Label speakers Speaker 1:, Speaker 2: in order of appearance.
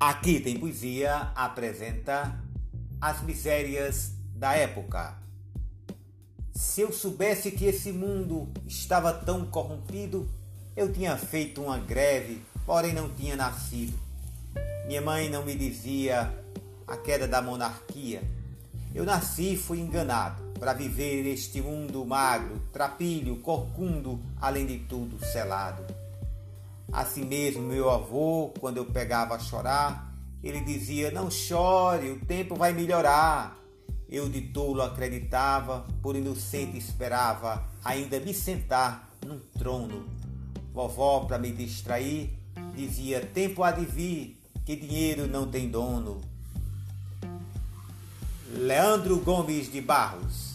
Speaker 1: Aqui tem poesia apresenta as misérias da época. Se eu soubesse que esse mundo estava tão corrompido, eu tinha feito uma greve, porém não tinha nascido. Minha mãe não me dizia a queda da monarquia. Eu nasci e fui enganado para viver este mundo magro, trapilho, corcundo, além de tudo selado. Assim mesmo, meu avô, quando eu pegava a chorar, ele dizia: não chore, o tempo vai melhorar. Eu de tolo acreditava, por inocente esperava ainda me sentar num trono. Vovó, para me distrair, dizia: tempo há de vir, que dinheiro não tem dono. Leandro Gomes de Barros.